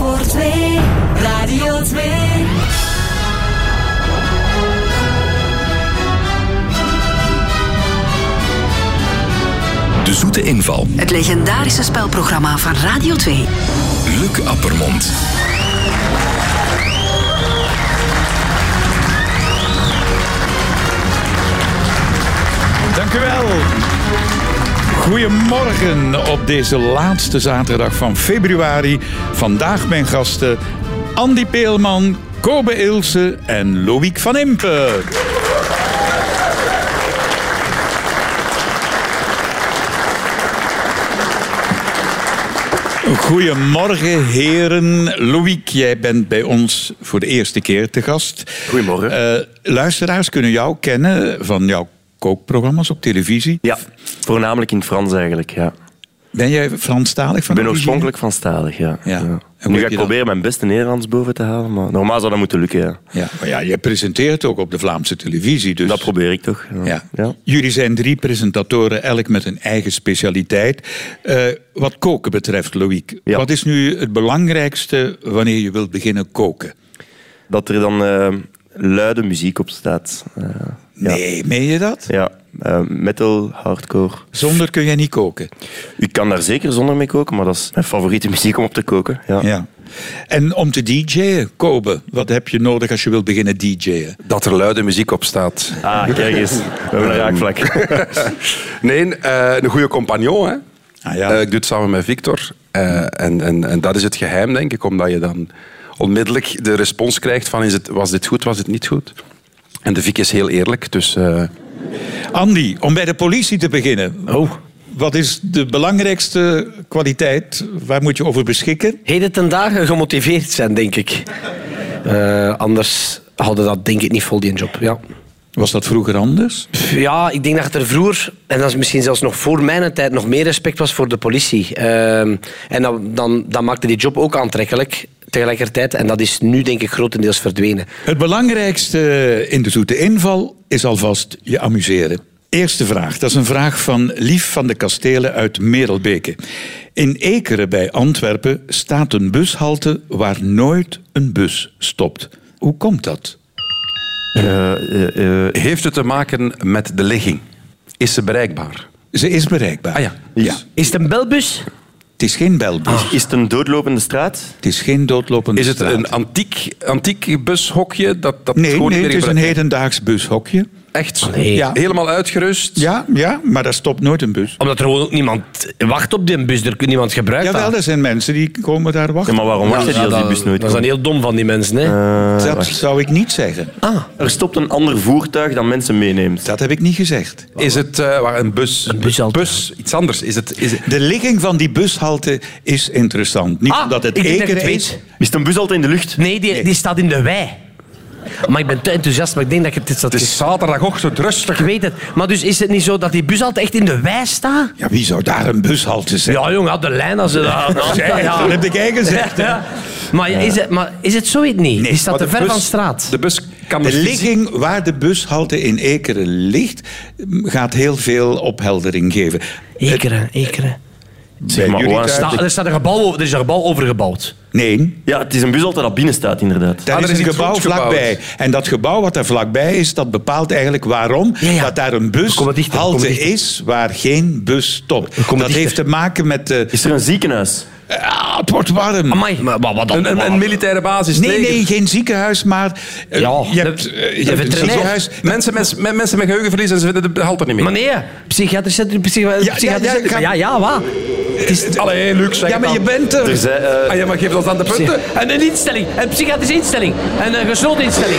voor twee, Radio 2. De Zoete Inval. Het legendarische spelprogramma van Radio 2. Luc Appermond. Dank u wel. Goedemorgen op deze laatste zaterdag van februari. Vandaag mijn gasten Andy Peelman, Kobe Ilse en Loïc van Impe. Goedemorgen, heren. Loïc, jij bent bij ons voor de eerste keer te gast. Goedemorgen. Luisteraars kunnen jou kennen van jouw kookprogramma's op televisie. Ja, voornamelijk in het Frans eigenlijk, ja. Ben jij Franstalig van Ik ben origine? oorspronkelijk Franstalig, ja. Ja. En Nu hoe ga heb ik je proberen mijn beste Nederlands boven te halen, maar normaal zou dat moeten lukken, ja. Ja, maar ja, je presenteert ook op de Vlaamse televisie. Dus... Dat probeer ik toch. Ja. Jullie zijn 3 presentatoren, elk met een eigen specialiteit. Wat koken betreft, Loïc, Ja. wat is nu het belangrijkste wanneer je wilt beginnen koken? Dat er dan luide muziek op staat. Nee, meen je dat? Ja, metal, hardcore. Zonder kun jij niet koken. U kan daar zeker zonder mee koken, maar dat is mijn favoriete muziek om op te koken. Ja. Ja. En om te DJ'en, Kobe, wat heb je nodig als je wilt beginnen DJ'en? Dat er luide muziek op staat. Ah, kijk eens. We hebben een raakvlak. Nee, een goede compagnon. Hè? Ah, ja. Ik doe het samen met Victor. En dat is het geheim, denk ik, omdat je dan onmiddellijk de respons krijgt van was dit goed, was het niet goed? En de Vic is heel eerlijk, dus... Andy, om bij de politie te beginnen. Oh. Wat is de belangrijkste kwaliteit? Waar moet je over beschikken? Heden ten dagen gemotiveerd zijn, denk ik. Anders hadden dat denk ik niet vol, die job. Ja. Was dat vroeger anders? Ja, ik denk dat het er vroeger, en dat is misschien zelfs nog voor mijn tijd, nog meer respect was voor de politie. En dan maakte die job ook aantrekkelijk tegelijkertijd. En dat is nu, denk ik, grotendeels verdwenen. Het belangrijkste in de Zoete Inval is alvast je amuseren. Eerste vraag, dat is een vraag van Lief van de Kastelen uit Merelbeke. In Ekeren bij Antwerpen staat een bushalte waar nooit een bus stopt. Hoe komt dat? heeft het te maken met de ligging? Is ze bereikbaar? Ze is bereikbaar. Ah ja. Ja. Is het een belbus? Het is geen belbus. Is het een doodlopende straat? Het is geen doodlopende Is het straat. een antiek bushokje? Dat Nee, gewoon niet het meer is een gebruikt- hedendaags bushokje. Echt? Nee. Ja. Helemaal uitgerust? Ja, maar daar stopt nooit een bus. Omdat er gewoon ook niemand wacht op die bus. Er kan niemand gebruiken. Jawel, er zijn mensen die komen daar Ja, wachten. maar waarom wachten die als die bus nooit Dat is dan komt? heel dom van die mensen. Hè? Dat zou ik niet zeggen. Er stopt een ander voertuig dat mensen meeneemt. Dat heb ik niet gezegd. Is het een bus? Een bushalte. Bus, iets anders. Is het... De ligging van die bushalte is interessant. Niet omdat het ik denk dat ik Ekeren het is. weet. Is het een bus altijd in de lucht? Nee, die staat in de wei. Maar ik ben te enthousiast, maar ik denk dat ik het... Het is zaterdagochtend rustig. Ik weet het. Maar dus is het niet zo dat die bus altijd echt in de wei staat? Ja, wie zou daar een bushalte zijn? Ja, jongen, de lijn als ze dat... Dat heb ik gezegd. Hè. Maar is het zoiets niet? Nee, Die staat Maar te ver van straat. De bus kan De dus ligging waar de bushalte in Ekeren ligt, gaat heel veel opheldering geven. Ekeren. Zeg maar, jullie waar thuis- Er is een gebouw over gebouwd. Nee, Ja, het is een bus altijd dat binnen staat, inderdaad. daar er is is een iets gebouw rondgebouwd. vlakbij. En dat gebouw wat daar vlakbij is, dat bepaalt eigenlijk waarom Ja. dat daar een Kom dichter, kom bushalte dichter. is waar geen bus stopt. Dat dichter. heeft te maken met... Is er een ziekenhuis? het wordt warm. Amai, maar wat dan? een militaire basis. Nee, geen ziekenhuis, maar Ja, je hebt, je hebt een veterinair. ziekenhuis. Mensen met geheugenverlies en ze vinden de halte niet meer. Maar nee, psychiatrisch centrum... Ja, wat? Het is... Allee, Luc, zeg Ja, maar het je dan. bent er. Er zijn, Ah, ja, maar geef ons aan de punten. En een instelling, een psychiatrische instelling. En een gesloten instelling.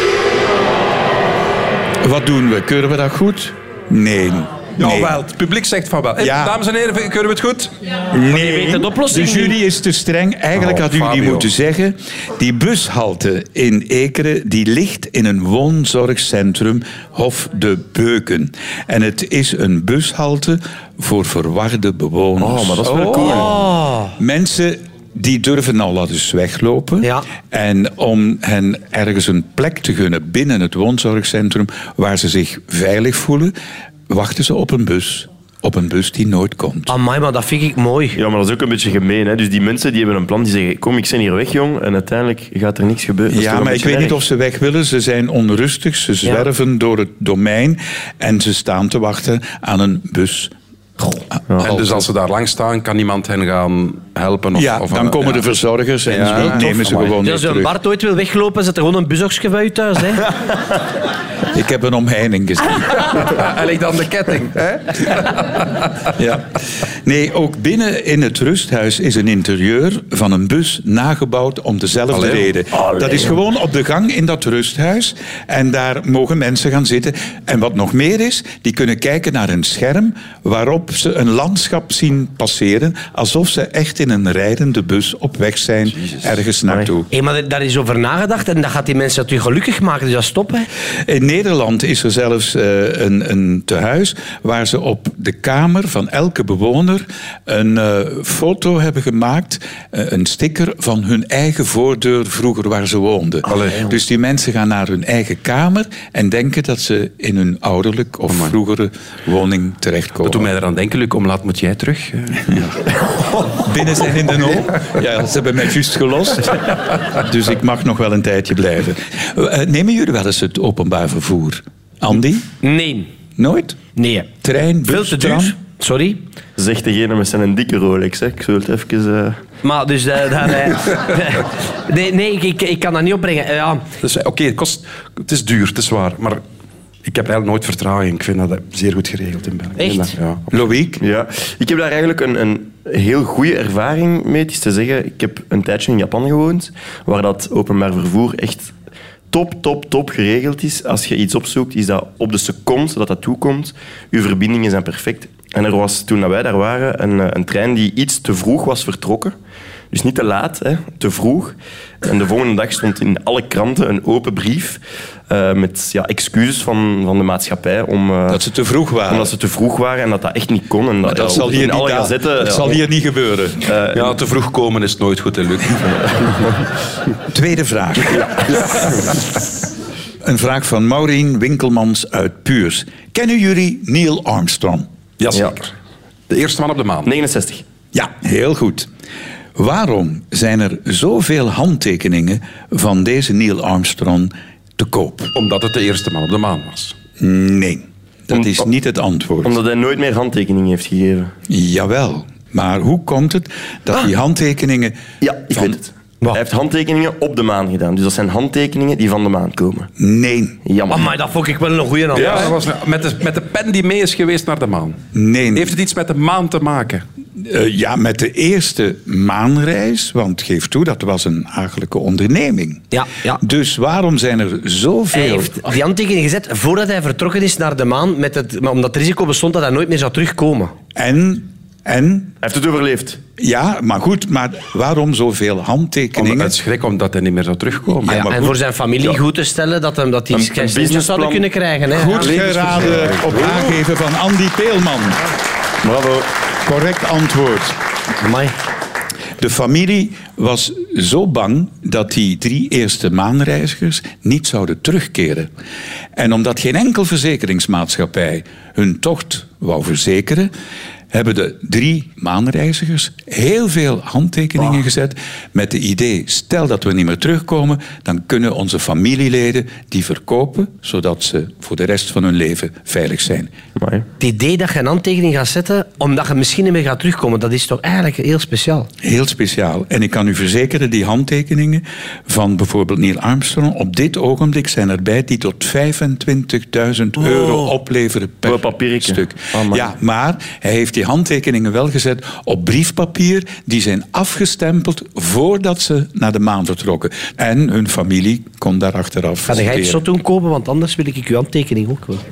Wat doen we? Keuren we dat goed? Nee. Nee. Jawel, het publiek zegt van wel. Ja. Dames en heren, keuren we het goed? Nee, weet de oplossing de jury is te streng. Eigenlijk hadden jullie Fabio. moeten zeggen... die bushalte in Ekeren die ligt in een woonzorgcentrum Hof de Beuken. En het is een bushalte voor verwarde bewoners. Oh, maar dat is wel cool. Mensen die durven al wat eens weglopen. Ja. En om hen ergens een plek te gunnen binnen het woonzorgcentrum... waar ze zich veilig voelen, wachten ze op een bus. op een bus die nooit komt. Amai, maar dat vind ik mooi. Ja, maar dat is ook een beetje gemeen. Hè? Dus die mensen die hebben een plan, die zeggen, kom, ik ben hier weg, jong. En uiteindelijk gaat er niks gebeuren. Dat is Ja, toch een maar ik beetje weet niet erg. of ze weg willen. Ze zijn onrustig, ze zwerven door het domein en ze staan te wachten aan een bus. En dus als ze daar lang staan, kan iemand hen gaan helpen? Dan komen de verzorgers en Ja, nemen ze tof. gewoon Dus weer als een terug. Bart ooit wil weglopen, zet er gewoon een busokje bij u thuis. Hè? Ik heb een omheining gezien. En ligt dan de ketting. Hè? Ja. Nee, ook binnen in het rusthuis is een interieur van een bus nagebouwd om dezelfde Allee. reden. Dat is gewoon op de gang in dat rusthuis. En daar mogen mensen gaan zitten. En wat nog meer is, die kunnen kijken naar een scherm waarop ze een landschap zien passeren, alsof ze echt in een rijdende bus op weg zijn ergens naartoe. Hey, maar daar is over nagedacht en dat gaat die mensen natuurlijk gelukkig maken. Dus dat stop, hè. In Nederland is er zelfs een tehuis waar ze op de kamer van elke bewoner een foto hebben gemaakt, een sticker van hun eigen voordeur vroeger waar ze woonden. Dus die mensen gaan naar hun eigen kamer en denken dat ze in hun ouderlijk of vroegere woning terechtkomen. Dat doet mij eraan denken, Luc, om laat moet jij terug? Binnen zijn in de nood. Ja, ze hebben mij juist gelost. Dus ik mag nog wel een tijdje blijven. Nemen jullie wel eens het openbaar vervoer? Andy? Nee. Nooit? Nee. Trein, Veel bus, te tram? duur. Sorry. Zegt degene met zijn dikke Rolex. Hè. Ik zou het even... Maar dus... nee, ik kan dat niet opbrengen. Ja. Dus, oké, het is duur, het is waar. Maar ik heb eigenlijk nooit vertraging. Ik vind dat zeer goed geregeld in België. Echt? Ja. Loïc? Ja, ik heb daar eigenlijk een heel goede ervaring mee. Het is te zeggen, ik heb een tijdje in Japan gewoond, waar dat openbaar vervoer echt top geregeld is. Als je iets opzoekt, is dat op de seconde dat dat toekomt. Uw verbindingen zijn perfect. En er was, toen wij daar waren, een trein die iets te vroeg was vertrokken. Dus niet te laat, hè, te vroeg. En de volgende dag stond in alle kranten een open brief met excuses van de maatschappij Dat ze te vroeg waren. omdat ze te vroeg waren en dat dat echt niet kon. En Dat zal hier in alle niet, gazetten... dat zal hier niet gebeuren. Ja, te vroeg komen is nooit goed, hè, Luc. Tweede vraag. Een vraag van Maureen Winkelmans uit Puurs. Kennen jullie Neil Armstrong? Jazeker. De eerste man op de maan. 69. Ja, heel goed. Waarom zijn er zoveel handtekeningen van deze Neil Armstrong te koop? Omdat het de eerste man op de maan was. Nee, dat is niet het antwoord. Omdat hij nooit meer handtekeningen heeft gegeven. Jawel, maar hoe komt het dat die handtekeningen... Ja, ik weet het. Hij heeft handtekeningen op de maan gedaan. Dus dat zijn handtekeningen die van de maan komen. Nee, Jammer. Maar dat vond ik wel een goeie naam. Ja, dat was met de pen die mee is geweest naar de maan. nee. Heeft het iets met de maan te maken? Ja, met de eerste maanreis, want geef toe, dat was een eigenlijk onderneming. Ja. Dus waarom zijn er Hij zoveel... heeft die handtekening gezet voordat hij vertrokken is naar de maan, maar omdat het risico bestond dat hij nooit meer zou terugkomen. En... Hij heeft het overleefd. Ja, maar goed, maar waarom zoveel handtekeningen? Uit schrik omdat hij niet meer zou terugkomen. Ja, maar en goed. voor zijn familie goed te stellen dat die een scheidsrechters businessplan. zouden kunnen krijgen. Hè. Goed geraden op aangeven van Andy Peelman. Bravo. Correct antwoord. Amai. De familie was zo bang dat die 3 eerste maanreizigers niet zouden terugkeren. En omdat geen enkel verzekeringsmaatschappij hun tocht wou verzekeren, hebben de 3 maanreizigers heel veel handtekeningen gezet met het idee, stel dat we niet meer terugkomen, dan kunnen onze familieleden die verkopen, zodat ze voor de rest van hun leven veilig zijn. Amai. Het idee dat je een handtekening gaat zetten omdat je misschien niet meer gaat terugkomen, dat is toch eigenlijk heel speciaal. Heel speciaal. En ik kan u verzekeren, die handtekeningen van bijvoorbeeld Neil Armstrong, op dit ogenblik zijn erbij die tot €25.000 opleveren per Voor een papiertje. stuk. Oh, man. Ja, maar hij heeft die handtekeningen wel gezet op briefpapier. Die zijn afgestempeld voordat ze naar de maan vertrokken. En hun familie kon daar achteraf Ga jij het citeren. zo doen kopen, want anders wil ik uw handtekening ook wel.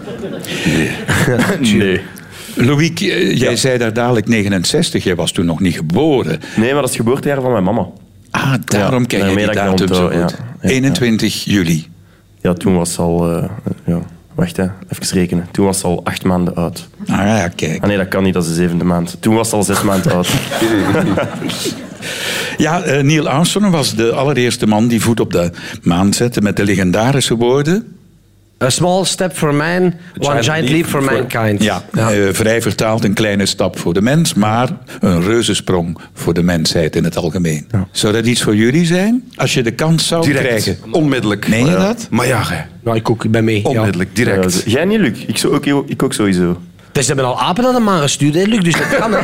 Nee. Loïc, jij zei daar dadelijk 69. Jij was toen nog niet geboren. Nee, maar dat is het geboortejaar van mijn mama. Ah, daarom Ja, ken je daarmee die dat ik datum dat zo onthoud, goed. ja. Ja, 21 juli. Ja, toen was ze al... wacht, hè. Even rekenen. Toen was ze al 8 maanden oud. Ah ja, kijk. Ah nee, dat kan niet, dat is de 7e maand. Toen was ze al 6 maanden oud. Ja, Neil Armstrong was de allereerste man die voet op de maan zette met de legendarische woorden... A small step for man, one giant leap for mankind. Ja, vrij vertaald een kleine stap voor de mens, maar een reuzensprong voor de mensheid in het algemeen. Ja. Zou dat iets voor jullie zijn? Als je de kans zou krijgen? Onmiddellijk. Meen je dat? Maar ja, gij. Nou, ik ben mee. Onmiddellijk, direct. Jij niet, Luc? Ik ook sowieso. Dus ze hebben al apen aan de maan gestuurd, hè, Luc, dus dat kan, hè.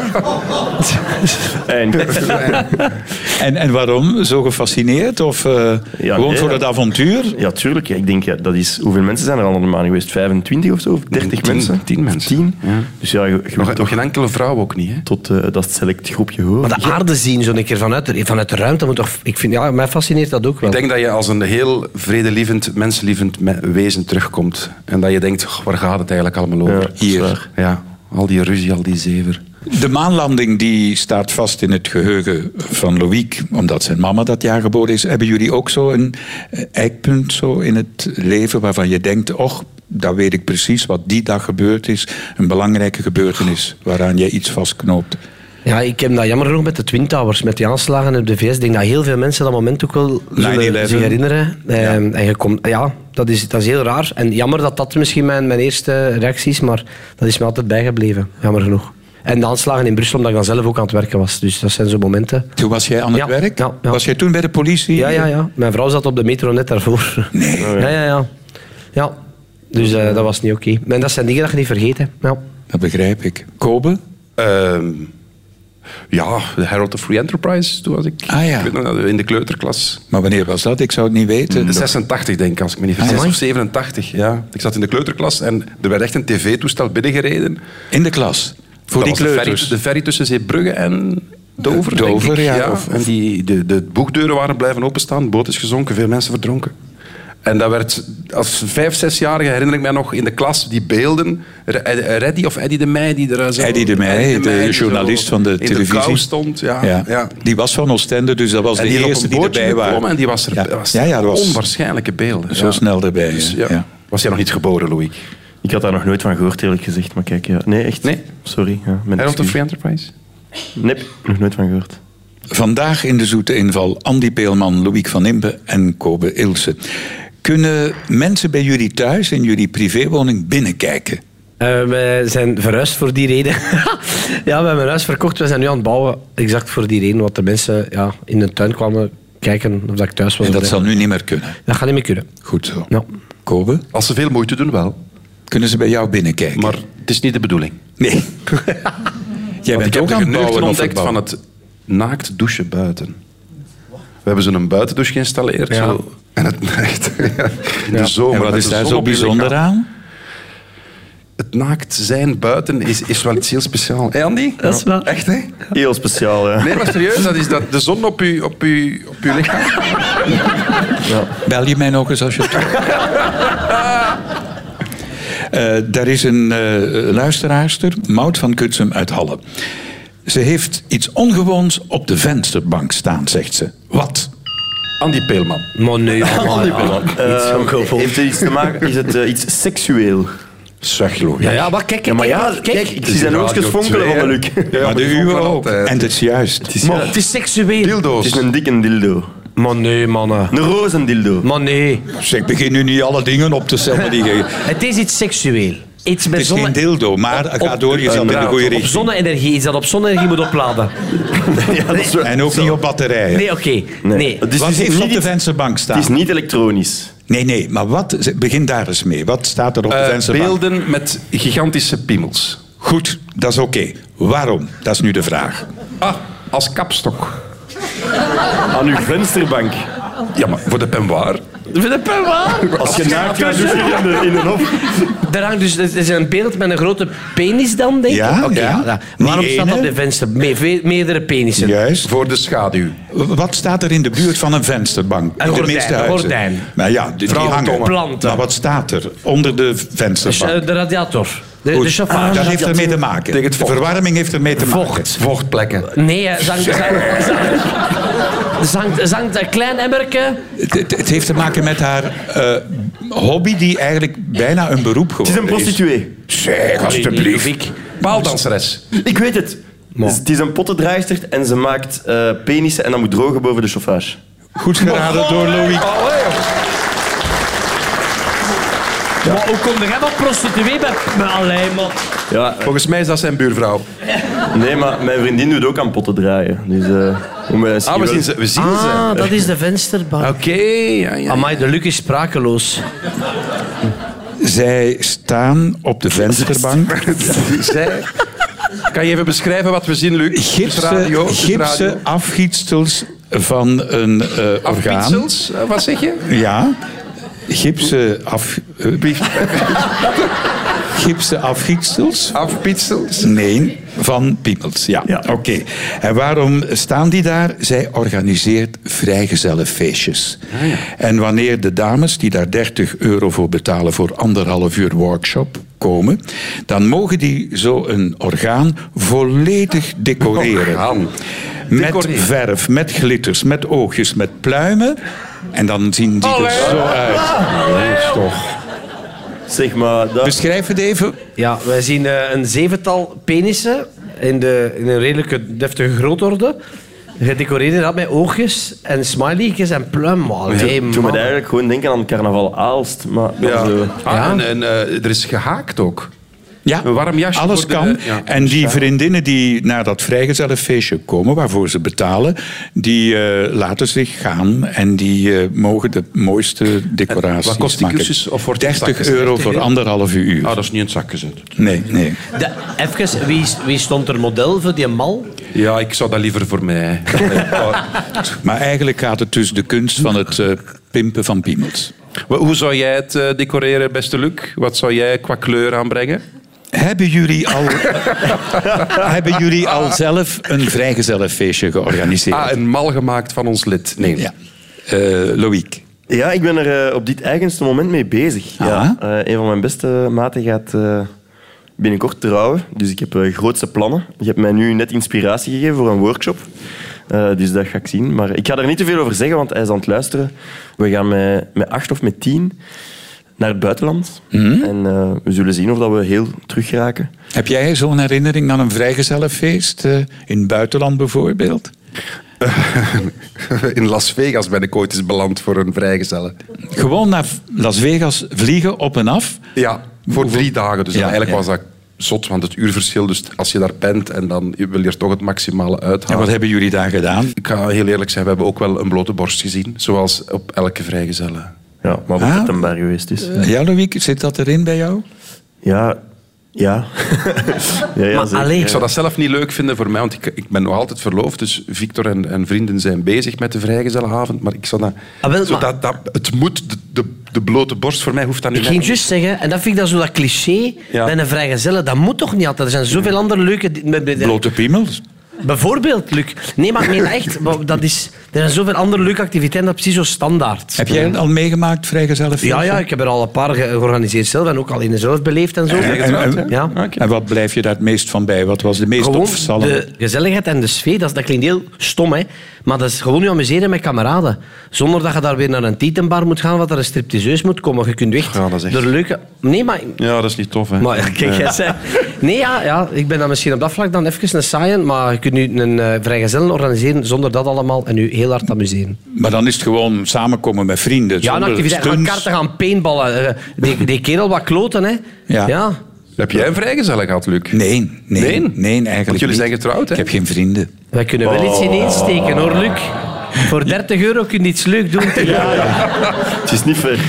En waarom? Zo gefascineerd? Of gewoon voor het avontuur? Ja, tuurlijk. Ik denk, dat is... Hoeveel mensen zijn er al aan de maan geweest? 25 of zo? Of 30 mensen? 10 mensen. 10? Ja. Dus ja, je nog geen enkele vrouw ook niet, hè? Tot dat select groepje hoort. Maar de aarde zien, zo een keer vanuit de ruimte, moet toch... Ik vind, ja, mij fascineert dat ook wel. Ik denk dat je als een heel vredelievend, menslievend wezen terugkomt. En dat je denkt, waar gaat het eigenlijk allemaal over? Ja, hier. Ja, al die ruzie, al die zever. De maanlanding die staat vast in het geheugen van Loïc, omdat zijn mama dat jaar geboren is. Hebben jullie ook zo een eikpunt zo in het leven waarvan je denkt, och, dat weet ik precies wat die dag gebeurd is. Een belangrijke gebeurtenis waaraan jij iets vastknoopt. Ja, ik heb dat jammer genoeg met de Twin Towers, met die aanslagen op de VS. Ik denk dat heel veel mensen dat moment ook wel zullen zich herinneren. En je komt, dat is heel raar. En jammer dat misschien mijn eerste reactie is, maar dat is me altijd bijgebleven, jammer genoeg. En de aanslagen in Brussel, omdat ik dan zelf ook aan het werken was. Dus dat zijn zo'n momenten. Toen was jij aan het werk? Ja. Was jij toen bij de politie? Ja. Mijn vrouw zat op de metro net daarvoor. Nee. Ja. Dus dat was niet oké. En dat zijn dingen dat je niet vergeet. Hè. Ja. Dat begrijp ik. Kobe? Ja, de Herald of Free Enterprise, toen was ik in de kleuterklas. Maar wanneer was dat? Ik zou het niet weten. 86 denk ik, als ik me niet vergis. Of 87, ja. Ik zat in de kleuterklas en er werd echt een tv-toestel binnengereden. In de klas? Voor dat die kleuters? De ferry tussen Zeebrugge en Dover, Dover, denk ik. ja. En de boegdeuren waren blijven openstaan, de boot is gezonken, veel mensen verdronken. En dat werd, als 5-6-jarige herinner ik mij nog in de klas die beelden. Reddy of Eddie de Meij, die er zo... Eddie de Meij, de journalist van de televisie. In de kou stond, ja. Die was van Oostende, dus dat was de eerste die erbij waren. En die was er. Dat was onwaarschijnlijke beelden. Zo snel erbij. Dus, was jij nog niet geboren, Loïc? Ik had daar nog nooit van gehoord, eerlijk gezegd. Maar kijk, nee, echt. Nee? Sorry. Herald of Free Enterprise? Nee, nog nooit van gehoord. Vandaag in de zoete inval Andy Peelman, Loïc van Impe en Kobe Ilse. Kunnen mensen bij jullie thuis, in jullie privéwoning, binnenkijken? We zijn verhuisd voor die reden. Ja, we hebben een huis verkocht. We zijn nu aan het bouwen, exact voor die reden. Wat de mensen in de tuin kwamen kijken of dat ik thuis was. En dat zal nu niet meer kunnen? Dat gaat niet meer kunnen. Goed zo. Ja. Kobe? Als ze veel moeite doen, wel. Kunnen ze bij jou binnenkijken? Maar het is niet de bedoeling. Nee. Jij bent ook aan het bouwen ontdekt van het naakt douchen buiten. We hebben zo'n buitendouche geïnstalleerd. Ja. Zo. En het echt... De zomer, en wat is daar zo bijzonder aan? Het naakt zijn buiten is wel iets heel speciaals. Hé, Andy? Dat is wel... Echt, hè? Heel speciaal, ja. Nee, maar serieus, dat is dat de zon op uw lichaam. Bel je mij nog eens als je het daar is een luisteraarster, Maud van Kutsum uit Halle. Ze heeft iets ongewoons op de vensterbank staan, zegt ze. Wat? Andy Peelman. Maar nee, Andy Peelman. Heeft het iets te maken? Is het iets seksueel? Zeg, Loïc. Ja, maar kijk. Kijk, ik zie zijn oogjes fonkelen van Luc. Maar de uwe ook. En het is juist. Het is seksueel. Dildo's. Het is een dikke dildo. Maar nee, mannen. Een roze dildo. Maar nee. Ik begin nu niet alle dingen op te stellen die je... Het is iets seksueel. Iets Het is geen dildo, maar ga door, je zat in de goede Op richting. zonne-energie, iets dat op zonne-energie moet opladen. En ook niet op batterijen. Nee, oké. Nee. Dus Wat het is heeft op niet de iets- vensterbank staan? Het is niet elektronisch. Nee, maar wat? Begin daar eens mee. Wat staat er op de vensterbank? Beelden met gigantische piemels. Goed, dat is oké. Waarom? Dat is nu de vraag. Als kapstok. Aan uw vensterbank. Ja, maar voor de peignoir. Als je naakt gaat douchen in een hof. Er hangt dus, het is een beeld met een grote penis dan, denk ik? Ja, Oké, ja. Waarom Niet staat dat op ene? de venster? Meerdere penissen. Juist. Voor de schaduw. Wat staat er in de buurt van een vensterbank? Een In de gordijn, meeste een huizen. gordijn. Maar ja, die Vrouwentongen. hangen. Planten. Maar wat staat er onder de Dus, vensterbank? de radiator. De Goed, chauffage. dat heeft ermee te maken. Tegen het De vocht. verwarming heeft ermee te maken. Vochtplekken. Nee, zangt een klein emmerke. Het heeft te maken met haar hobby die eigenlijk bijna een beroep Het is geworden een prostituee. Zeg, alsjeblieft. Paaldanseres. Ik weet het. Dus het is een pottendraaister en ze maakt penissen en dat moet drogen boven de chauffage. Goed geraden door Loïc. Maar hoe kom jij wat prostituee met alleen, man? Ja, Volgens mij is dat zijn buurvrouw. nee, maar mijn vriendin doet ook aan potten draaien. Dus, We zien ze. Ah, dat is de vensterbank. Oké, ja. Amai, de Luc is sprakeloos. Zij staan op de vensterbank. Kan je even beschrijven wat we zien, Luc? Gipsen afgietsels van een orgaan. Afgietsels? Wat zeg je? Ja. Gipsen afgietsels? Afpietsels? Nee, van piemels. Ja. Oké. En waarom staan die daar? Zij organiseert vrijgezellenfeestjes. Ah, ja. En wanneer de dames die daar €30 voor betalen voor 1,5 uur workshop komen, dan mogen die zo een orgaan volledig decoreren. Met verf, met glitters, met oogjes, met pluimen. En dan zien die er zo uit. Toch. Zeg maar... Dat... Beschrijf het even. Ja, wij zien een 7-tal penissen in een redelijke deftige grootorde. Gedecoreerd inderdaad met oogjes en smiley's en pluim. Ik moet eigenlijk gewoon denken aan carnaval Aalst. Maar zo. En er is gehaakt ook. Ja, een warm jasje alles voor de- kan. ja. En die vriendinnen die naar dat vrijgezellenfeestje komen, waarvoor ze betalen, die laten zich gaan en die mogen de mooiste decoraties Wat kost die maken. cursus? Of wordt die €30 zakgezet? voor 1,5 uur. Ah, dat is niet in het zak gezet. Nee. Even, wie stond er model voor die mal? Ja, ik zou dat liever voor mij. Maar eigenlijk gaat het dus de kunst van het pimpen van piemels. Hoe zou jij het decoreren, beste Luc? Wat zou jij qua kleur aanbrengen? Hebben jullie al zelf een vrijgezellenfeestje georganiseerd? Een mal gemaakt van ons lid. Nee. Ja. Loïc. Ja, ik ben er op dit eigenste moment mee bezig. Ja, een van mijn beste maten gaat binnenkort trouwen. Dus ik heb grootste plannen. Je hebt mij nu net inspiratie gegeven voor een workshop. Dus dat ga ik zien. Maar ik ga er niet te veel over zeggen, want hij is aan het luisteren. We gaan met 8 of met 10 naar het buitenland. En we zullen zien of dat we heel terug geraken. Heb jij zo'n herinnering aan een vrijgezellenfeest? In het buitenland bijvoorbeeld? In Las Vegas ben ik ooit eens beland voor een vrijgezelle. Gewoon naar Las Vegas vliegen op en af? Ja, voor 3 dagen. Dus Ja, eigenlijk ja. was dat zot, want het uurverschil. Dus als je daar bent en dan wil je er toch het maximale En uithalen. wat hebben jullie daar gedaan? Ik ga heel eerlijk zijn, we hebben ook wel een blote borst gezien. Zoals op elke vrijgezelle. Ja, maar we zijn daar geweest. Dus. Ja, Loïc, zit dat erin bij jou? Ja. ja, Maar zeker. allee, Ik zou dat zelf niet leuk vinden voor mij, want ik ben nog altijd verloofd. Dus Victor en vrienden zijn bezig met de vrijgezellenavond. Maar ik zou dat... Ah, wel, zo maar- het moet, de blote borst voor mij hoeft dat niet. ik ging juist zeggen, en dat vind ik dan zo dat cliché Ja. bij een vrijgezelle, dat moet toch niet altijd. Er zijn zoveel andere leuke... Blote piemels? Bijvoorbeeld, Luc. Nee, maar ik meen echt, maar er zijn zoveel andere leuke activiteiten, dat is precies zo standaard. Heb jij het al meegemaakt, vrijgezellenfeest? Ja, ik heb er al een paar georganiseerd zelf en ook al in zelf beleefd en zo. Ja. En wat blijf je daar het meest van bij? Wat was de meest Gewoon opvallende? de gezelligheid en de sfeer, dat klinkt heel stom, hè. Maar dat is gewoon je amuseren met kameraden. Zonder dat je daar weer naar een tietenbar moet gaan, wat er een stripteaseus moet komen. Je kunt weg Ja, dat is echt- door leuke... Nee, maar... Ja, dat is niet tof, hè. Maar kijk, jij zei... Nee, ja, ik ben dan misschien op dat vlak dan even een saaien, maar je kunt nu een vrijgezellen organiseren zonder dat allemaal en u heel hard amuseren. Maar dan is het gewoon samenkomen met vrienden. Ja, een zonder activiteit. Gaan stunts. karten, gaan paintballen. Die kerel wat kloten, hè. Ja. Heb jij een vrijgezelle gehad, Luc? Nee, eigenlijk Want jullie niet. zijn getrouwd, hè? Ik heb geen vrienden. Wij kunnen wel iets ineensteken, hoor, Luc. Voor €30 kun je iets leuk doen. Het is niet ver.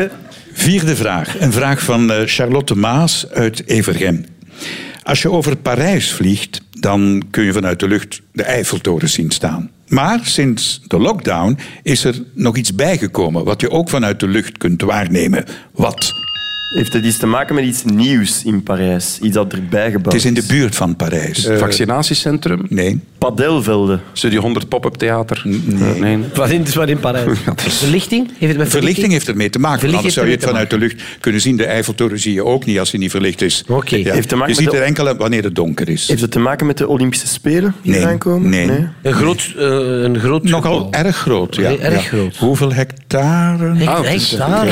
4e vraag. Een vraag van Charlotte Maas uit Evergem. Als je over Parijs vliegt, dan kun je vanuit de lucht de Eiffeltoren zien staan. Maar sinds de lockdown is er nog iets bijgekomen wat je ook vanuit de lucht kunt waarnemen. Wat? Heeft het iets te maken met iets nieuws in Parijs? Iets dat erbij gebouwd Het is in de buurt van Parijs. Vaccinatiecentrum? Nee. Padelvelden. Studio 100 pop-up theater? Nee. Wat in Parijs? Verlichting? Heeft het met Verlichting heeft ermee te maken. Verlichting Anders zou je het heeft ermee vanuit de lucht kunnen zien. De Eiffeltoren zie je ook niet als hij niet verlicht is. Oké. Ja. Heeft te maken Je met ziet de- er enkel wanneer het donker is. Heeft het te maken met de Olympische Spelen die Nee, eraan komen? nee. Een groot Nogal gebouw. erg groot. Ja. Nee, erg Ja. groot. Hoeveel hectare? Hectare.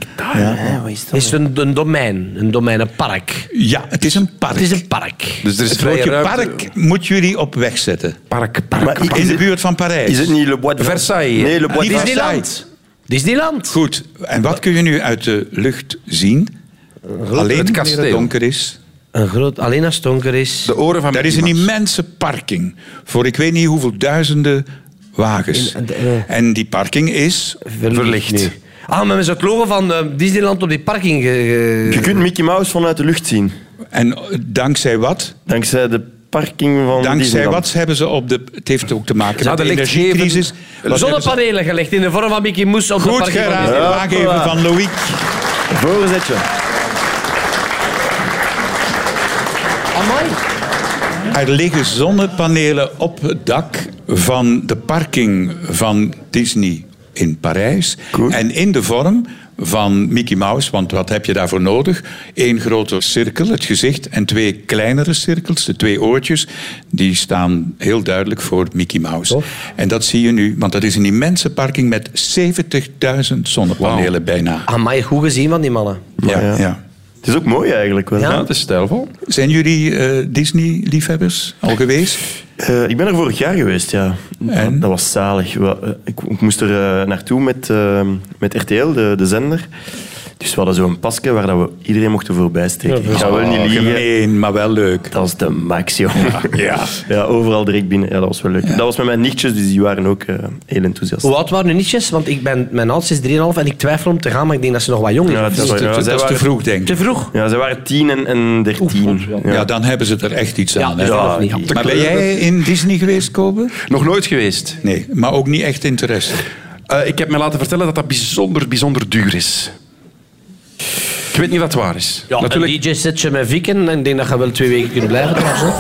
Wat is dat? Het is een domein, een park. Ja, het is een park. Het is een park. Dus er is Het vrije woordje ruimte. park moet jullie op weg zetten. Park. Maar In de buurt van Parijs. Is het niet Le Bois de Versailles. Nee, Le Bois de Disneyland. Disneyland. Disneyland. Goed. En wat kun je nu uit de lucht zien? Alleen het wanneer het kasteel. donker is. Alleen als het donker is. De oren van Daar is Mickey een Mouse. immense parking voor ik weet niet hoeveel duizenden wagens. En die parking is... Verlicht. Nu. Met zo'n logo van Disneyland op die parking. Je kunt Mickey Mouse vanuit de lucht zien. En dankzij wat? Dankzij de parking van Dankzij Disneyland. wat hebben ze op de... Het heeft ook te maken met de de energiecrisis. Wat hebben ze- Zonnepanelen gelegd in de vorm van Mickey Mouse op de Goed parking van geraden. Disneyland. Aangeven van Loïc. Voorzetje. Amai. Er liggen zonnepanelen op het dak van de parking van Disney in Parijs. Cool. En in de vorm van Mickey Mouse, want wat heb je daarvoor nodig? 1 grote cirkel, het gezicht, en 2 kleinere cirkels, de 2 oortjes, die staan heel duidelijk voor Mickey Mouse. En dat zie je nu, want dat is een immense parking met 70.000 zonnepanelen bijna. Amai, goed gezien van die mannen. Ja. Het is ook mooi eigenlijk wel. Ja, het is stijlvol. Zijn jullie Disney-liefhebbers al geweest? Ik ben er vorig jaar geweest, ja. En? Dat was zalig. Ik moest er naartoe met RTL, de zender. Dus we hadden zo'n pasje waar dat we iedereen mochten voorbij steken. Ik ga wel niet liegen. Gemeen, maar wel leuk. Dat was de max, joh. Ja. Ja, overal direct binnen. Ja, dat was wel leuk. Dat was met mijn nichtjes, dus die waren ook heel enthousiast. Hoe oud waren uw nichtjes? Want mijn oudste is 3,5 en ik twijfel om te gaan, maar ik denk dat ze nog wat jong is. Ja, Dat is Ja, te, zij dat is te waren- vroeg, denk Te ik. vroeg? Ja, ze waren 10 en 13. Ja, dan hebben ze er echt iets aan. hè. zelf niet. Maar ben jij in Disney geweest, Kobe? Nog nooit geweest. Nee, maar ook niet echt interesse. Ik heb me laten vertellen dat dat bijzonder duur is. Ik weet niet of dat waar is. Ja, Natuurlijk. een DJ-setje met Viken en ik denk dat je wel 2 weken kunt blijven. Trouwens, hè.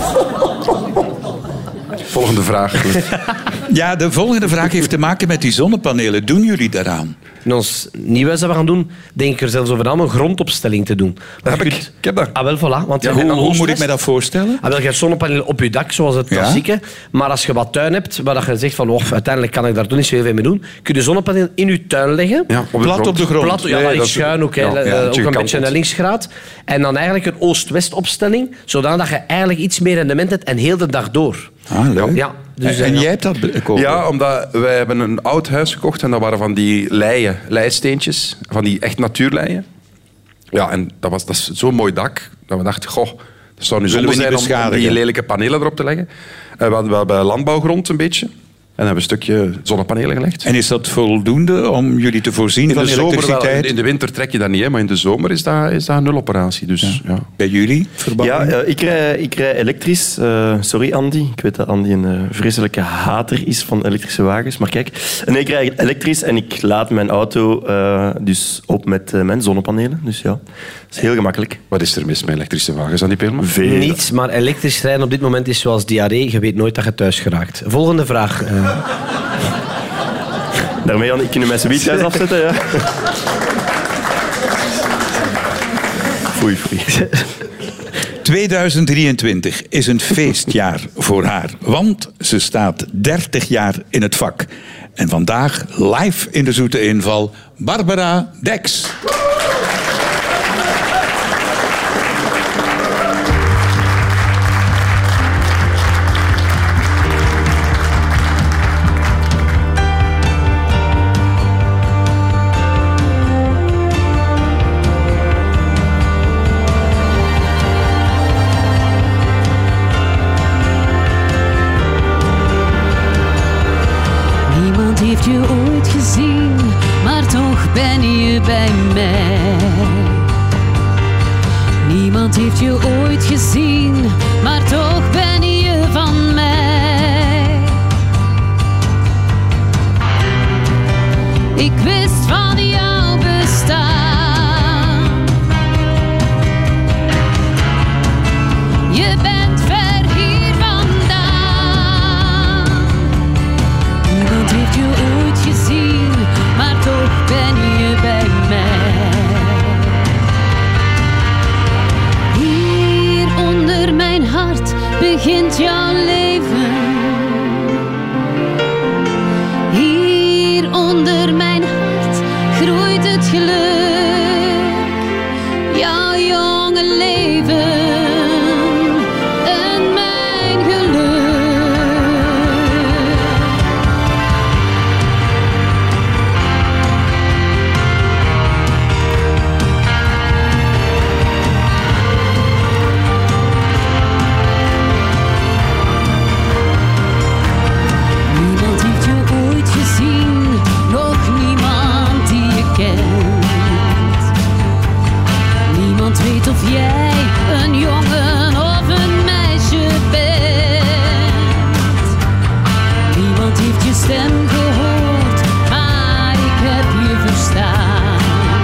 Volgende vraag. Ja, de volgende vraag heeft te maken met die zonnepanelen. Doen jullie daaraan? In ons nieuwe dat we gaan doen, denk ik er zelfs over aan een grondopstelling te doen. Dat heb ik. Ik heb dat. Ah, wel, voilà. Want Ja, je hebt een hoe moet ik oostwest. me dat voorstellen? Ah, wel, je hebt zonnepanelen op je dak, zoals het Ja. klassieke. Maar als je wat tuin hebt, waar dat je zegt van uiteindelijk kan ik daar toch niet zo heel veel mee doen, kun je de zonnepanelen in je tuin leggen. Ja, Plat op de grond. Plat, ja, Nee, maar dat iets is- schuin ook. Hè. ja, Ook beetje een beetje gekanteld. naar linksgraad. En dan eigenlijk een oost-west opstelling, zodat je eigenlijk iets meer rendement hebt en heel de dag door. Ah, leuk. Ja, dus, en ja. jij hebt dat, Kobe? Ja, omdat wij hebben een oud huis gekocht en dat waren van die leisteentjes, van die echt natuurleien. Ja, en dat is zo'n mooi dak dat we dachten, goh, dat zou nu Zullen zonde we niet zijn om die beschadigen? lelijke panelen erop te leggen. We hadden wel bij landbouwgrond een beetje. En hebben we een stukje zonnepanelen gelegd. En is dat voldoende om jullie te voorzien In van de zomer wel, elektriciteit? in de winter trek je dat niet, hè, maar in de zomer is dat een nuloperatie. Dus, ja. Bij jullie? Verbouwing? Ja, ik rij elektrisch. Sorry, Andy. Ik weet dat Andy een vreselijke hater is van elektrische wagens. Maar kijk, nee, ik rij elektrisch en ik laad mijn auto dus op met mijn zonnepanelen. Dus ja, dat is heel gemakkelijk. Wat is er mis met elektrische wagens aan die Peelman? Veel. Niets, maar elektrisch rijden op dit moment is zoals diarree. Je weet nooit dat je thuis geraakt. Volgende vraag. Daarmee kan ik mijn subiet thuis afzetten, ja. Foei. 2023 is een feestjaar voor haar, want ze staat 30 jaar in het vak. En vandaag live in de Zoete Inval, Barbara Dex. Niemand heeft je ooit gezien, maar toch ben je bij mij. Niemand heeft je ooit gezien, maar toch ben je van mij. Ik wist van jouw bestaan. Je bent ver hier vandaan. Niemand heeft je ooit gezien, maar toch ben je bij mij. Hier onder mijn hart begint Niemand heeft je stem gehoord, maar ik heb je verstaan.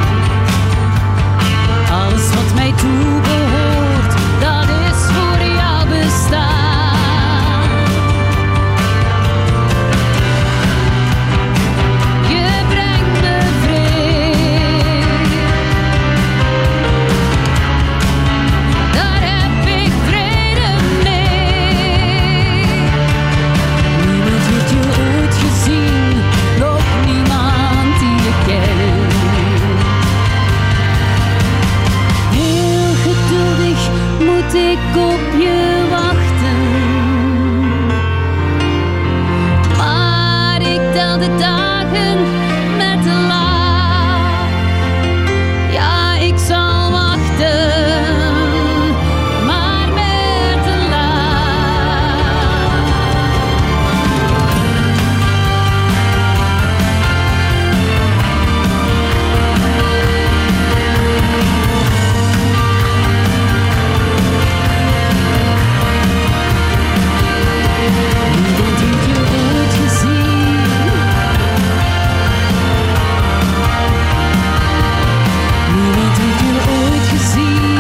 Alles wat mij toebehoort, dat is voor jou bestaan. Je brengt me vrede, daar heb ik vrede mee. Niemand heeft je ooit gezien, nog niemand die je kent. Heel geduldig moet ik op je wachten, maar ik tel de dagen met de laag. Ja, ik zal wachten, maar met de laag. Niemand heeft je ooit gezien. Niemand heeft je ooit gezien.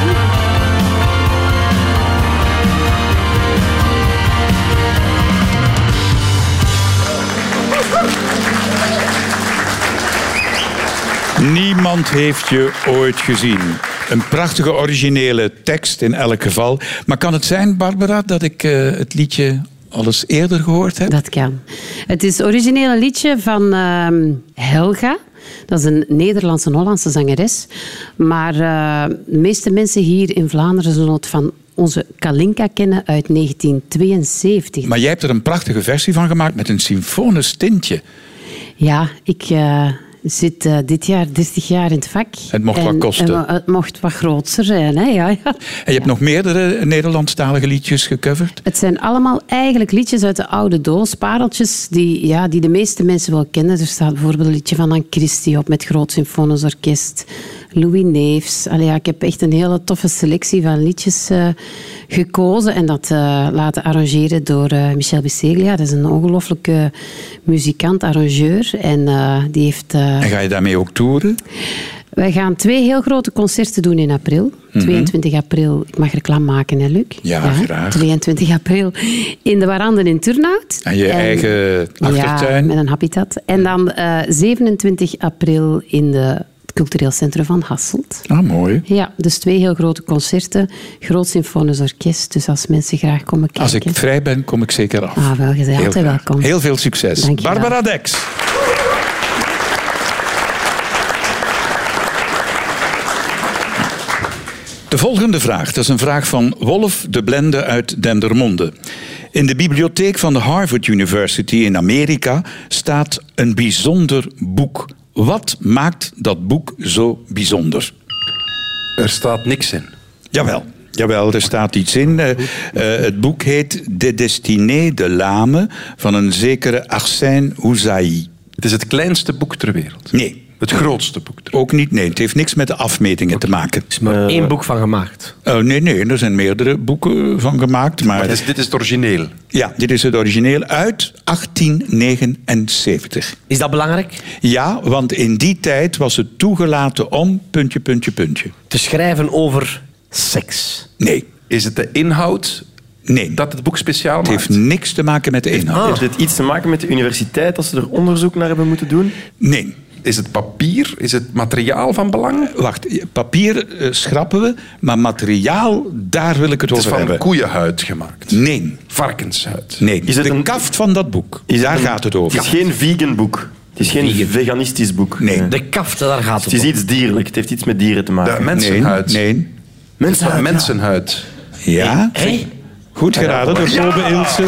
Niemand heeft je ooit gezien. Een prachtige originele tekst in elk geval. Maar kan het zijn, Barbara, dat ik het liedje al eens eerder gehoord heb? Dat kan. Het is het originele liedje van Helga. Dat is een Nederlandse en Hollandse zangeres. Maar de meeste mensen hier in Vlaanderen zullen het van onze Kalinka kennen uit 1972. Maar jij hebt er een prachtige versie van gemaakt met een symfonisch tintje. Ja, ik zit dit jaar 30 jaar in het vak. Het mocht wat kosten. Het mocht wat groter zijn, hè? Ja, ja. En je hebt nog meerdere Nederlandstalige liedjes gecoverd? Het zijn allemaal eigenlijk liedjes uit de oude doos. Pareltjes die de meeste mensen wel kennen. Er staat bijvoorbeeld een liedje van Anne Christie op met Groot Symfonisch Orkest. Louis Neefs. Allee, ja, ik heb echt een hele toffe selectie van liedjes gekozen en dat laten arrangeren door Michel Biseglia. Dat is een ongelooflijke muzikant, arrangeur. En die heeft... En ga je daarmee ook toeren? Wij gaan 2 heel grote concerten doen in april. 22 april, ik mag reclame maken, hè, Luc? Ja, graag. 22 april in de Waranden in Turnhout. En je eigen achtertuin? Ja, met een habitat. En dan 27 april in het Cultureel Centrum van Hasselt. Ah, mooi. Ja, dus 2 heel grote concerten. Groot Symfonisch Orkest. Dus als mensen graag komen kijken... Als ik vrij ben, kom ik zeker af. Ah, wel, je bent altijd graag. welkom. Heel veel succes. Dank je wel. Barbara Dex. De volgende vraag, dat is een vraag van Wolf de Blende uit Dendermonde. In de bibliotheek van de Harvard University in Amerika staat een bijzonder boek. Wat maakt dat boek zo bijzonder? Er staat niks in. Jawel, er staat iets in. Het boek heet De Destinée de l'âme van een zekere Arsène Houzai. Het is het kleinste boek ter wereld. Nee. Het grootste boek ter wereld. Ook niet, nee. Het heeft niks met de afmetingen te maken. Er is maar 1 boek van gemaakt. Nee, er zijn meerdere boeken van gemaakt. Maar dit is het origineel. Ja, dit is het origineel uit 1879. Is dat belangrijk? Ja, want in die tijd was het toegelaten om... ... Te schrijven over seks. Nee. Is het de inhoud Nee. dat het boek speciaal maakt? Het heeft niks te maken met de inhoud. Heeft het iets te maken met de universiteit als ze er onderzoek naar hebben moeten doen? Nee. Is het papier? Is het materiaal van belang? Wacht, papier schrappen we, maar materiaal, daar wil ik het Het is over van hebben. koeienhuid gemaakt. Nee. Varkenshuid. Nee. Is het de een- kaft van dat boek, daar gaat het over. Het is geen vegan boek. Het is geen veganistisch boek. Nee. De kaft, daar gaat Het het is om. iets dierlijk. Het heeft iets met dieren te maken. De mensenhuid. Nee. Mensenhuid. Mensenhuid. Ja? Hé? Goed geraden door Kobe Ilse.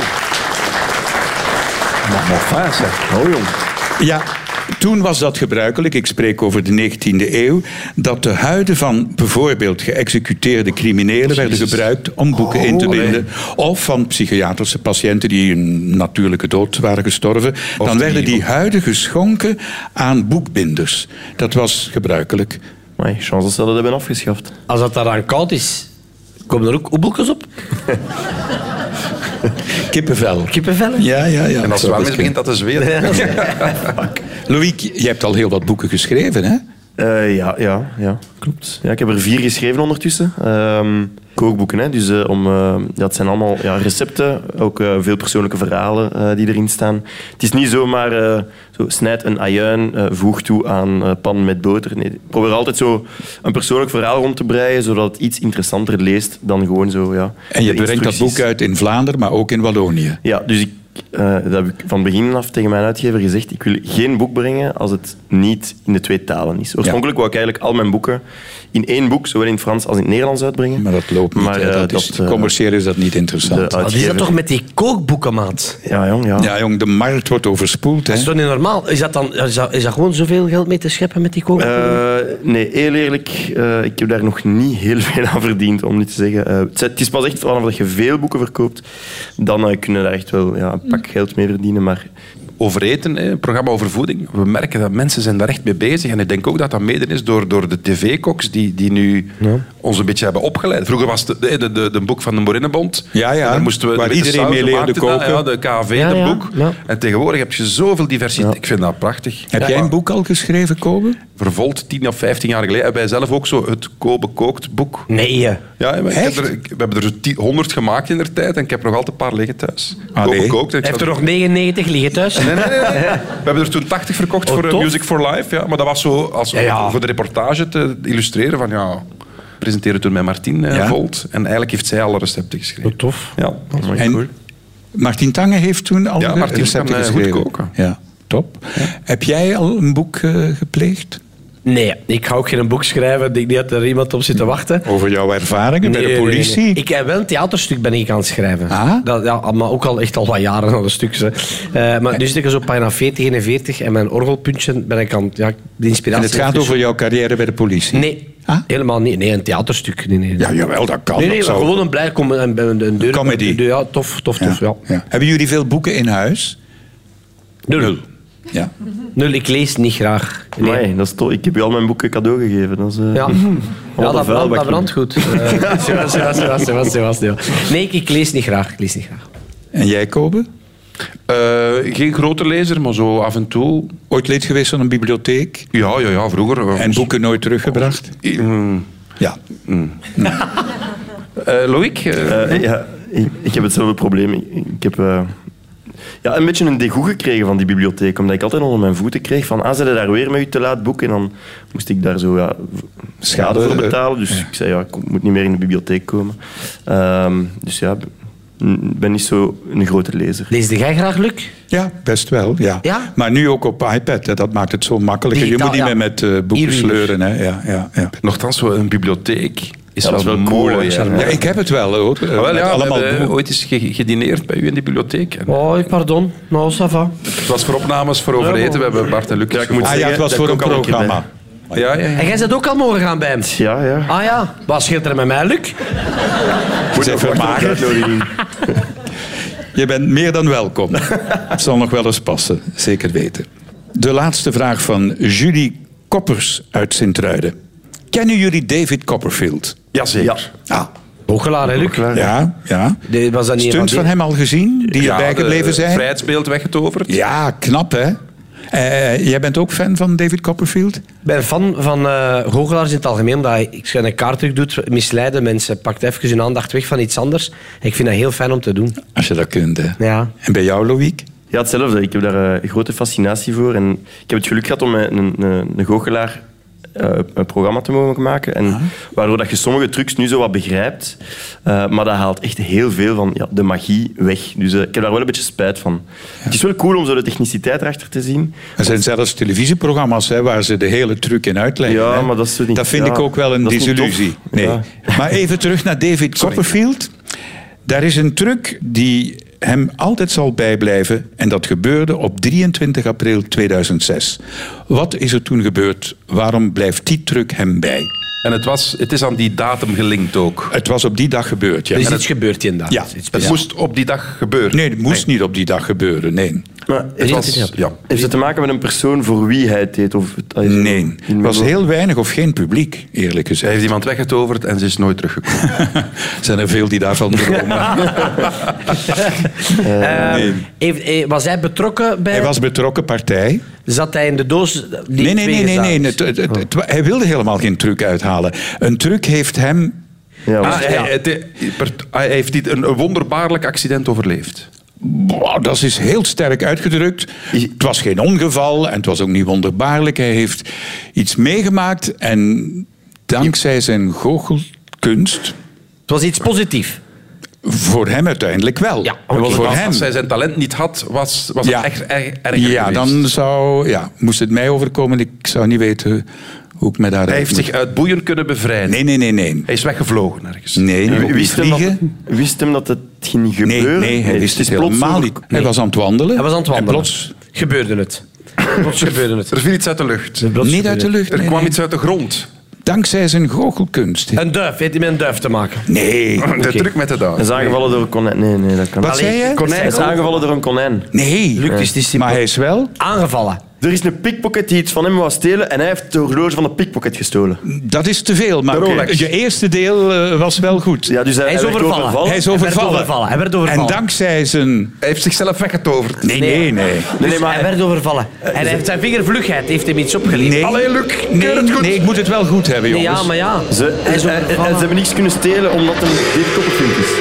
Enfin, zeg. Oh, jong. Ja, toen was dat gebruikelijk, ik spreek over de 19e eeuw, dat de huiden van bijvoorbeeld geëxecuteerde criminelen werden gebruikt om boeken in te binden. Of van psychiatrische patiënten die een natuurlijke dood waren gestorven. Dan werden die huiden geschonken aan boekbinders. Dat was gebruikelijk. Maar chance dat ze dat hebben afgeschaft. Als dat daaraan koud is, komen er ook boekjes op? Kippenvel. Kippenvellen? Ja. En als het warm is, begint dat te zweten. Loïc, je hebt al heel wat boeken geschreven, hè? Ja, klopt. Ja, ik heb er 4 geschreven ondertussen. Kookboeken, hè. Dus, het zijn allemaal recepten, ook veel persoonlijke verhalen die erin staan. Het is niet zomaar zo snijd een ajuin, voeg toe aan pan met boter. Nee, ik probeer altijd zo een persoonlijk verhaal rond te breien, zodat het iets interessanter leest dan gewoon zo. Ja, en je brengt dat boek uit in Vlaanderen, maar ook in Wallonië. Ja, dus dat heb ik van begin af tegen mijn uitgever gezegd. Ik wil geen boek brengen als het niet in de 2 talen is. Oorspronkelijk wou ik eigenlijk al mijn boeken in 1 boek, zowel in het Frans als in het Nederlands uitbrengen. Maar dat loopt niet. Commercieel is dat niet interessant. Wat is dat toch met die kookboeken, maat? Ja, jong. Ja, jong, de markt wordt overspoeld. Hè? Dat is toch niet normaal? Is dat gewoon zoveel geld mee te scheppen met die kookboeken? Nee, heel eerlijk, ik heb daar nog niet heel veel aan verdiend, om niet te zeggen. Het is pas echt vanaf dat je veel boeken verkoopt, dan kunnen we daar echt wel een pak geld mee verdienen. Maar over eten, een programma over voeding. We merken dat mensen zijn daar echt mee bezig. En ik denk ook dat dat mede is door de tv-koks die nu ons een beetje hebben opgeleid. Vroeger was het de boek van de Morinnebond. Ja. Daar moesten we waar iedereen mee leerde koken. De KV, de boek. Ja. En tegenwoordig heb je zoveel diversiteit. Ja. Ik vind dat prachtig. Heb jij een boek al geschreven, Kobe? Vervolgd 10 of 15 jaar geleden. Hebben wij zelf ook zo het Kobe kookt boek. Nee. Ja, we hebben er 100 gemaakt in der tijd. En ik heb nog altijd een paar liggen thuis. Kobe kookt. Hij heeft er nog 99 liggen thuis. Nee. We hebben er toen 80 verkocht voor Music for Life. Ja. Maar dat was zo voor de reportage te illustreren van presenteren toen met Martien Volt. En eigenlijk heeft zij alle recepten geschreven. Tof. Ja, dat is en cool. Martien Tange heeft toen alle recepten geschreven. Goed koken. Ja, top. Ja. Heb jij al een boek gepleegd? Nee, ik ga ook geen boek schrijven. Ik denk niet dat er iemand op zit te wachten. Over jouw ervaringen bij de politie? Nee. Ik heb wel een theaterstuk ben ik aan het schrijven. Maar ook al echt al wat jaren aan de stuk. Maar nu zit ik zo bijna 40, 41 en mijn orgelpuntje ben ik aan de inspiratie. En het gaat over jouw carrière bij de politie? Nee, helemaal niet. Nee, een theaterstuk. Nee. Ja, jawel, dat kan. Nee, gewoon een blij een deur. Comedy. Ja, tof. Ja. Hebben jullie veel boeken in huis? Nul. Ja. Nul, ik lees niet graag. Nee, dat is tof. Ik heb je al mijn boeken cadeau gegeven. Dat is, dat brandt goed. Nee, ik lees niet graag. En jij, Kobe? Geen grote lezer, maar zo af en toe. Ooit lid geweest van een bibliotheek? Ja, vroeger. En boeken nooit teruggebracht? Ja. Loïc? Ik heb hetzelfde probleem. Ik heb een beetje een dégoût gekregen van die bibliotheek, omdat ik altijd onder mijn voeten kreeg van ze daar weer met je te laat boek en dan moest ik daar zo schade voor betalen. Dus ik zei, ik moet niet meer in de bibliotheek komen. Dus ik ben niet zo een grote lezer. Leesde jij graag, Luc? Ja, best wel. Ja. Maar nu ook op iPad. Hè. Dat maakt het zo makkelijker. Je moet niet meer met boeken sleuren. Hè. Ja. Nochtans, een bibliotheek is wel mooi. Cool, ja, ik heb het wel, hoor. Allemaal we hebben ooit eens gedineerd bij u in die bibliotheek. Pardon. Nou, ça va. Het was voor opnames, voor overeten. We hebben Bart en Luc. Het was voor een programma. Ja. En jij bent ook al mogen gaan bij hem? Ja. Ah ja. Wat scheelt er met mij, Luc? Moet je vermaken. Je bent meer dan welkom. Het zal nog wel eens passen, zeker weten. De laatste vraag van Julie Koppers uit Sint-Truiden. Kennen jullie David Copperfield? Jazeker. Hoogelaar, hè, Luc? Ja. Was dat niet stunts van hem al gezien, die erbij gebleven zijn? Vrijheidsbeeld weggetoverd. Ja, knap, hè? Jij bent ook fan van David Copperfield? Ik ben fan van goochelaars in het algemeen, omdat hij een kaarttruc doet, misleiden mensen, pakt even hun aandacht weg van iets anders. Ik vind dat heel fijn om te doen. Als je dat kunt, hè? Ja. En bij jou, Loïc? Ja, hetzelfde. Ik heb daar een grote fascinatie voor. En ik heb het geluk gehad om met een goochelaar een programma te mogen maken. En waardoor dat je sommige trucs nu zo wat begrijpt. Maar dat haalt echt heel veel van de magie weg. Dus ik heb daar wel een beetje spijt van. Ja. Het is wel cool om zo de techniciteit erachter te zien. Er zijn zelfs televisieprogramma's waar ze de hele truc in uitleggen. Ja, hè? maar dat is niet, dat vind ik ook wel een desillusie. Nee. Ja. Maar even terug naar David Copperfield. Daar is een truc die hem altijd zal bijblijven. En dat gebeurde op 23 april 2006. Wat is er toen gebeurd? Waarom blijft die truc hem bij? En het is aan die datum gelinkt ook. Het was op die dag gebeurd, ja. Er is iets gebeurd die dag. Ja. Het moest op die dag gebeuren. Nee, het moest niet op die dag gebeuren, nee. Heeft het te maken met een persoon voor wie hij het deed? Nee, het was heel weinig of geen publiek, eerlijk gezegd. Hij heeft iemand weggetoverd en ze is nooit teruggekomen. Zijn er veel die daarvan dromen. Was hij betrokken bij... Hij was betrokken partij. Zat hij in de doos? Nee. Hij wilde helemaal geen truc uithalen. Een truc heeft hem... Hij heeft een wonderbaarlijk accident overleefd. Dat is heel sterk uitgedrukt. Het was geen ongeval en het was ook niet wonderbaarlijk. Hij heeft iets meegemaakt en dankzij zijn goochelkunst... Het was iets positiefs. Voor hem uiteindelijk wel. Ja, als hij zijn talent niet had, was het echt erg geweest. Dan moest het mij overkomen. Ik zou niet weten hoe ik me daar... Hij heeft zich uit boeien kunnen bevrijden. Nee. Hij is weggevlogen ergens. Wist hem dat het ging gebeuren? Nee, hij wist het helemaal niet. Hij was aan het wandelen. En plots gebeurde het. Er viel iets uit de lucht. Niet uit de lucht. Er kwam iets uit de grond. Dankzij zijn goochelkunst. Een duif. Heeft hij met een duif te maken? Nee. De truc met de duif. Hij is aangevallen door een konijn. Nee, dat kan niet. Wat zei je? Hij is aangevallen door een konijn. Nee. Maar hij is wel... Aangevallen. Er is een pickpocket die iets van hem wou stelen en hij heeft de horloge van de pickpocket gestolen. Dat is te veel, maar je eerste deel was wel goed. Ja, dus hij is overvallen. Hij is overvallen. Hij werd overvallen. En dankzij zijn... Hij heeft zichzelf weggetoverd. Nee. Maar hij werd overvallen. En hij heeft zijn vingervlugheid heeft hem iets opgeleverd. Nee. Allee, Luc. Nee, ik moet het wel goed hebben, jongens. Ja, maar ja. Hij is overvallen. Ze hebben niks kunnen stelen omdat hij dit kopperpunt is.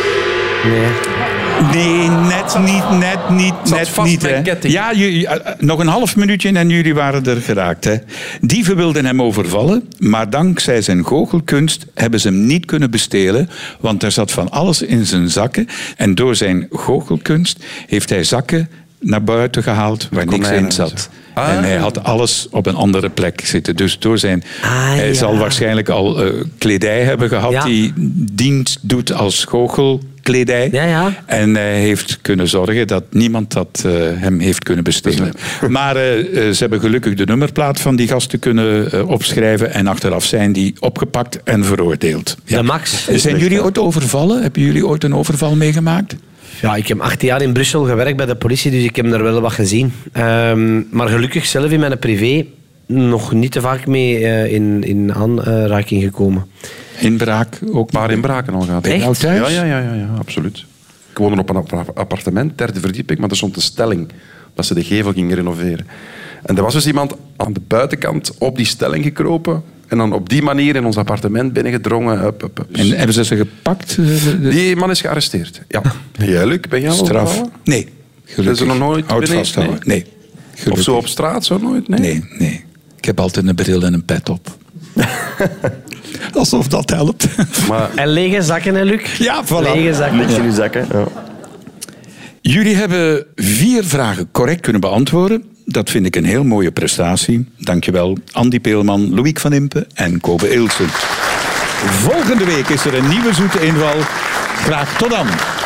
Nee, net niet. Hè. Ja, nog een half minuutje en jullie waren er geraakt. Hè. Dieven wilden hem overvallen, maar dankzij zijn goochelkunst hebben ze hem niet kunnen bestelen, want er zat van alles in zijn zakken. En door zijn goochelkunst heeft hij zakken naar buiten gehaald waar niks in zat. En hij had alles op een andere plek zitten. Dus door zijn... Hij zal waarschijnlijk al kledij hebben gehad die dienst doet als goochelkledij. Ja. En hij heeft kunnen zorgen dat niemand dat hem heeft kunnen bestelen. Maar ze hebben gelukkig de nummerplaat van die gasten kunnen opschrijven en achteraf zijn die opgepakt en veroordeeld. Ja. De Max. Zijn jullie ooit overvallen? Hebben jullie ooit een overval meegemaakt? Ja, ik heb 18 jaar in Brussel gewerkt bij de politie, dus ik heb er wel wat gezien. Maar gelukkig zelf in mijn privé nog niet te vaak mee in aanraking gekomen. Inbraak ook? Een paar inbraken al gehad. Echt? Ja, absoluut. Ik woonde op een appartement, 3e verdieping, maar er stond een stelling dat ze de gevel gingen renoveren. En er was dus iemand aan de buitenkant op die stelling gekropen en dan op die manier in ons appartement binnengedrongen. En hebben ze gepakt? Die man is gearresteerd. Ja. Jij, Luc, ben jij al straf? overvallen? Nee. Is er nog nooit Houd vasthouden? Nee. Of zo op straat? Zo nooit? Nee. Ik heb altijd een bril en een pet op. Alsof dat helpt. Maar... En lege zakken, hè, Luc? Ja, voilà. Lege zakken. Niks in uw zakken. Ja. Jullie hebben 4 vragen correct kunnen beantwoorden. Dat vind ik een heel mooie prestatie. Dankjewel, Andy Peelman, Loïc van Impe en Kobe Ilsen. Volgende week is er een nieuwe zoete inval. Graag tot dan.